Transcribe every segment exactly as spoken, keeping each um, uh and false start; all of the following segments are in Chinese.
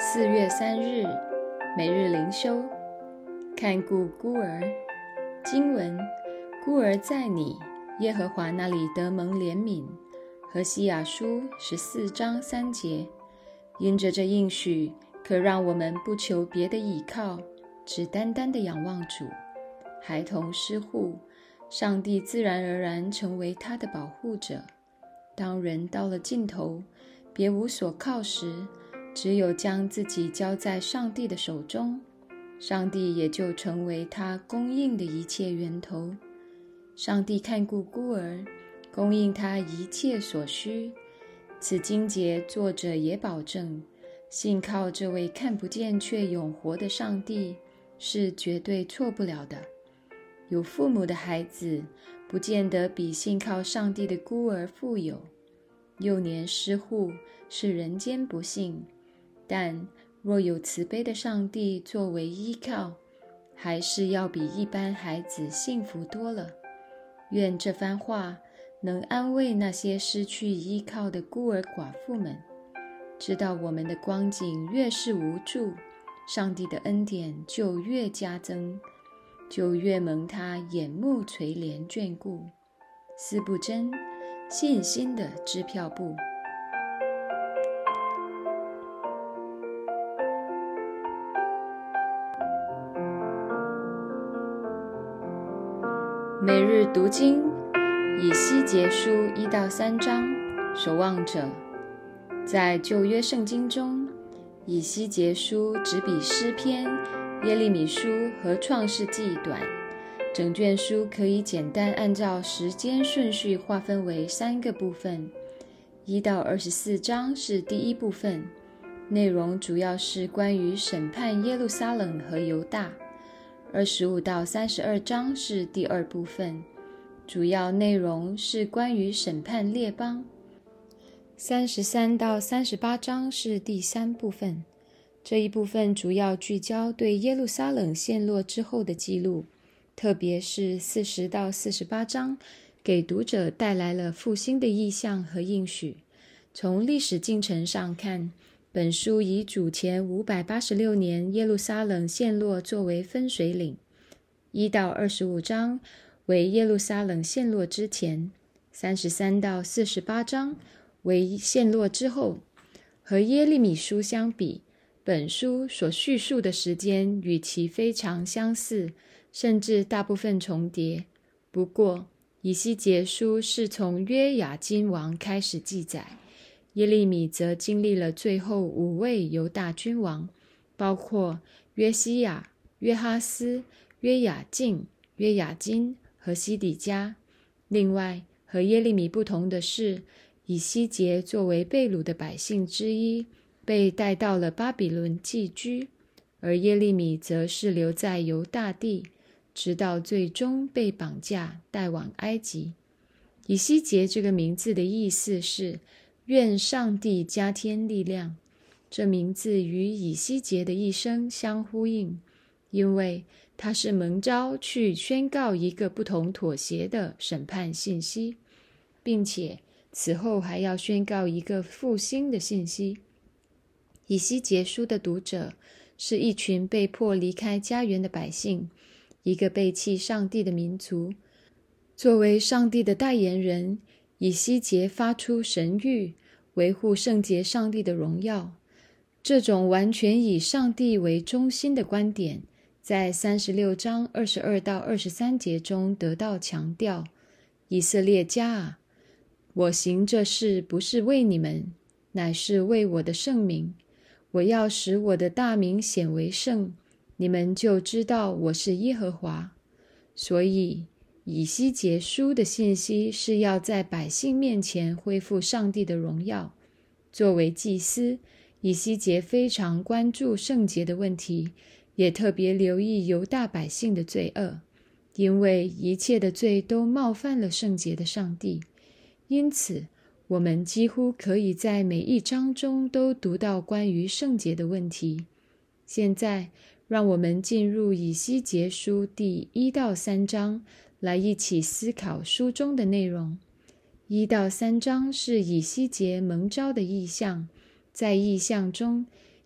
四月三日，每日灵修，看顾孤儿。经文：孤儿在你，耶和华那里得蒙怜悯。何西亚书十四章三节。因着这应许，可让我们不求别的倚靠，只单单的仰望主。孩童失护，上帝自然而然成为他的保护者。当人到了尽头，别无所靠时，只有将自己交在上帝的手中，上帝也就成为他供应的一切源头。上帝看顾孤儿，供应他一切所需。此经节作者也保证，信靠这位看不见却永活的上帝是绝对错不了的。有父母的孩子不见得比信靠上帝的孤儿富有。幼年失护是人间不幸，但若有慈悲的上帝作为依靠，还是要比一般孩子幸福多了。愿这番话能安慰那些失去依靠的孤儿寡妇们，知道我们的光景越是无助，上帝的恩典就越加增，就越蒙他眼目垂怜眷顾。四不真，信心的支票簿。每日读经，以西结书一到三章。守望者。在旧约圣经中，以西结书只比诗篇、耶利米书和创世纪短。整卷书可以简单按照时间顺序划分为三个部分。一到二十四章是第一部分，内容主要是关于审判耶路撒冷和犹大。二十五到三十二章是第二部分，主要内容是关于审判列邦。三十三到三十八章是第三部分，这一部分主要聚焦对耶路撒冷陷落之后的记录，特别是四十到四十八章，给读者带来了复兴的意象和应许。从历史进程上看，本书以主前五百八十六年耶路撒冷陷落作为分水岭。一到二十五章为耶路撒冷陷落之前，三十三到四十八章为陷落之后。和耶利米书相比，本书所叙述的时间与其非常相似，甚至大部分重叠。不过，以西结书是从约雅斤王开始记载，耶利米则经历了最后五位犹大君王，包括约西亚、约哈斯、约雅敬、约雅斤和西底家。另外，和耶利米不同的是，以西结作为被掳的百姓之一，被带到了巴比伦寄居，而耶利米则是留在犹大地，直到最终被绑架带往埃及。以西结这个名字的意思是愿上帝加添力量，这名字与以西结的一生相呼应，因为他是蒙召去宣告一个不同妥协的审判信息，并且此后还要宣告一个复兴的信息。以西结书的读者是一群被迫离开家园的百姓，一个背弃上帝的民族。作为上帝的代言人，以西结发出神谕，维护圣洁上帝的荣耀。这种完全以上帝为中心的观点，在三十六章二十二到二十三节中得到强调。以色列家啊，我行这事不是为你们，乃是为我的圣名。我要使我的大名显为圣，你们就知道我是耶和华。所以以西结书的信息是要在百姓面前恢复上帝的荣耀。作为祭司，以西结非常关注圣洁的问题，也特别留意犹大百姓的罪恶，因为一切的罪都冒犯了圣洁的上帝。因此，我们几乎可以在每一章中都读到关于圣洁的问题。现在，让我们进入以西结书第一到三章，来一起思考书中的内容。一到三章是以西结蒙召的意象，在意象中，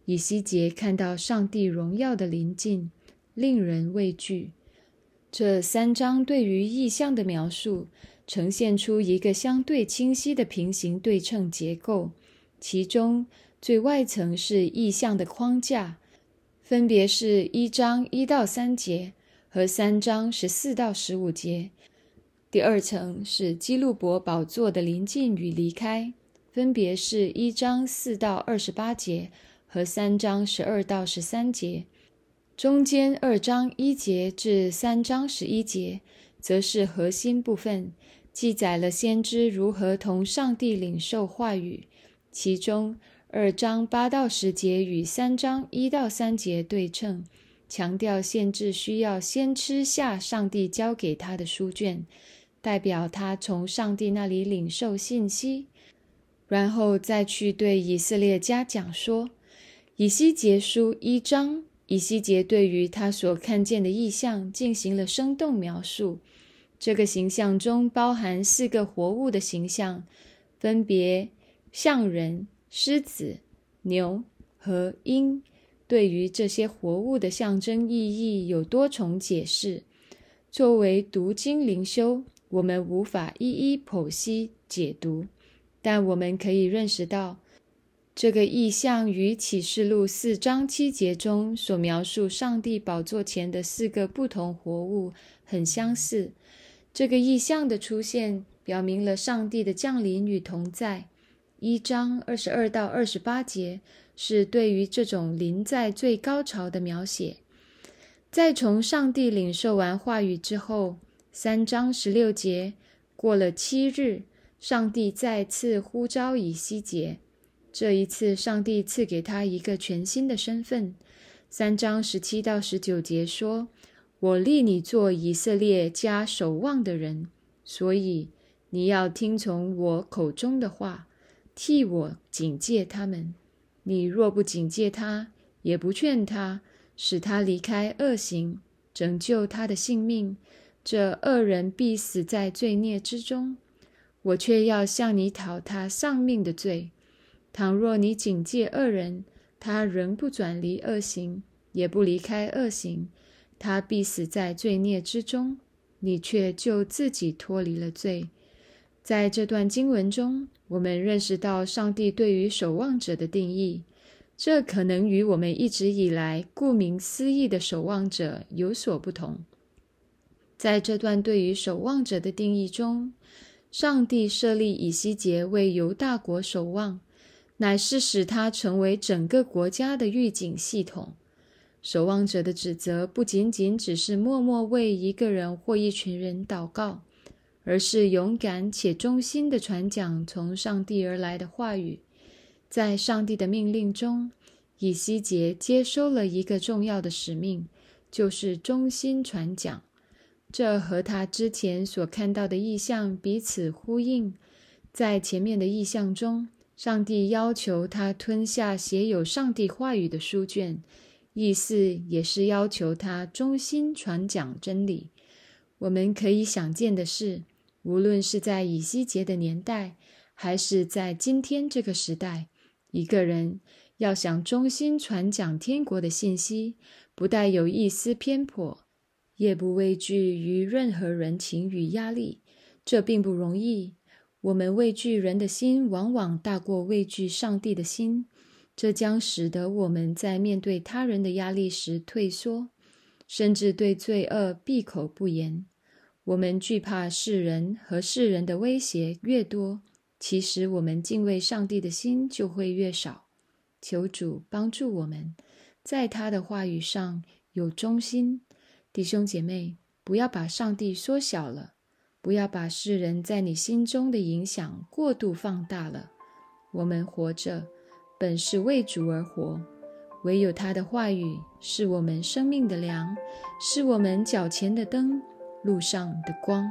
以西结看到上帝荣耀的临近，令人畏惧。这三章对于异象的描述，呈现出一个相对清晰的平行对称结构，其中最外层是异象的框架，分别是一章一到三节和三章十四到十五节。第二层是基路伯宝座的临近与离开，分别是一章四到二十八节和三章十二到十三节。中间二章一节至三章十一节则是核心部分，记载了先知如何同上帝领受话语，其中二章八到十节与三章一到三节对称，强调先知需要先吃下上帝交给他的书卷，代表他从上帝那里领受信息，然后再去对以色列家讲说。以西结书一章，以西结对于他所看见的异象进行了生动描述。这个形象中包含四个活物的形象，分别象人、狮子、牛和鹰。对于这些活物的象征意义有多重解释。作为读经灵修，我们无法一一剖析解读，但我们可以认识到，这个意象与启示录四章七节中所描述上帝宝座前的四个不同活物很相似。这个意象的出现表明了上帝的降临与同在。一章二十二到二十八节是对于这种临在最高潮的描写。在从上帝领受完话语之后，三章十六节，过了七日，上帝再次呼召以西结。这一次上帝赐给他一个全新的身份。三章十七到十九节说，我立你做以色列家守望的人，所以你要听从我口中的话，替我警戒他们。你若不警戒他，也不劝他，使他离开恶行，拯救他的性命，这恶人必死在罪孽之中。我却要向你讨他丧命的罪。倘若你警戒恶人，他仍不转离恶行，也不离开恶行，他必死在罪孽之中，你却就自己脱离了罪。在这段经文中，我们认识到上帝对于守望者的定义，这可能与我们一直以来顾名思义的守望者有所不同。在这段对于守望者的定义中，上帝设立以西结为犹大国守望，乃是使他成为整个国家的预警系统。守望者的职责不仅仅只是默默为一个人或一群人祷告，而是勇敢且忠心地传讲从上帝而来的话语。在上帝的命令中，以西结接收了一个重要的使命，就是忠心传讲。这和他之前所看到的异象彼此呼应。在前面的异象中，上帝要求他吞下写有上帝话语的书卷，意思也是要求他忠心传讲真理。我们可以想见的是，无论是在以西结的年代，还是在今天这个时代，一个人要想忠心传讲天国的信息，不带有一丝偏颇，也不畏惧于任何人情与压力，这并不容易。我们畏惧人的心往往大过畏惧上帝的心，这将使得我们在面对他人的压力时退缩，甚至对罪恶闭口不言。我们惧怕世人和世人的威胁越多，其实我们敬畏上帝的心就会越少。求主帮助我们，在他的话语上有忠心。弟兄姐妹，不要把上帝缩小了，不要把世人在你心中的影响过度放大了。我们活着，本是为主而活，唯有他的话语是我们生命的粮，是我们脚前的灯，路上的光。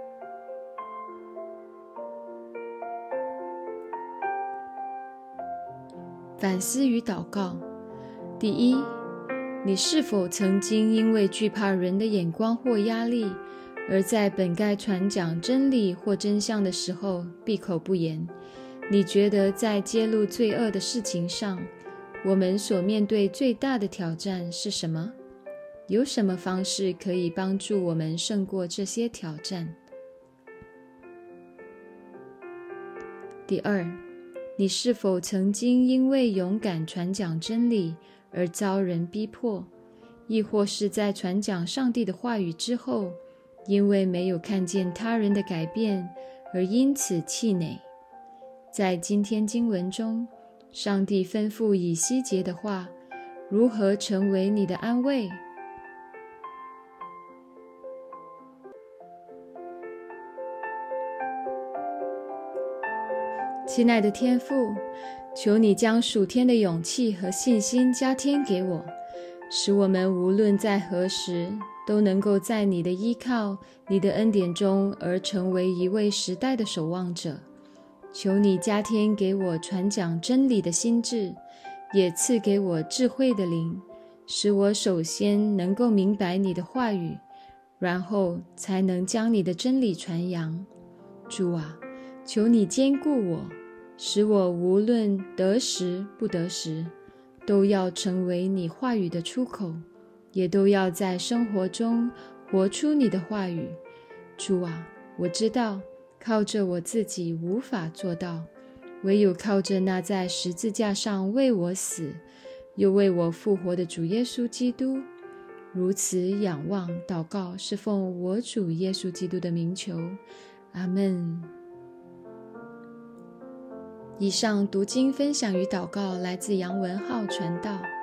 反思与祷告。第一，你是否曾经因为惧怕人的眼光或压力，而在本该传讲真理或真相的时候闭口不言？你觉得在揭露罪恶的事情上， 我们所面对最大的挑战是什么？有什么方式可以帮助我们胜过这些挑战？第二，你是否曾经因为勇敢传讲真理而遭人逼迫，亦或是在传讲上帝的话语之后，因为没有看见他人的改变而因此气馁？在今天经文中，上帝吩咐以西结的话如何成为你的安慰？亲爱的天父，求你将属天的勇气和信心加添给我，使我们无论在何时都能够在你的依靠、你的恩典中而成为一位时代的守望者。求你加添给我传讲真理的心志，也赐给我智慧的灵，使我首先能够明白你的话语，然后才能将你的真理传扬。主啊，求你坚固我，使我无论得时不得时，都要成为你话语的出口，也都要在生活中活出你的话语。主啊，我知道靠着我自己无法做到，唯有靠着那在十字架上为我死，又为我复活的主耶稣基督。如此仰望祷告，是奉我主耶稣基督的名求，阿们。以上读经分享与祷告来自杨文浩传道。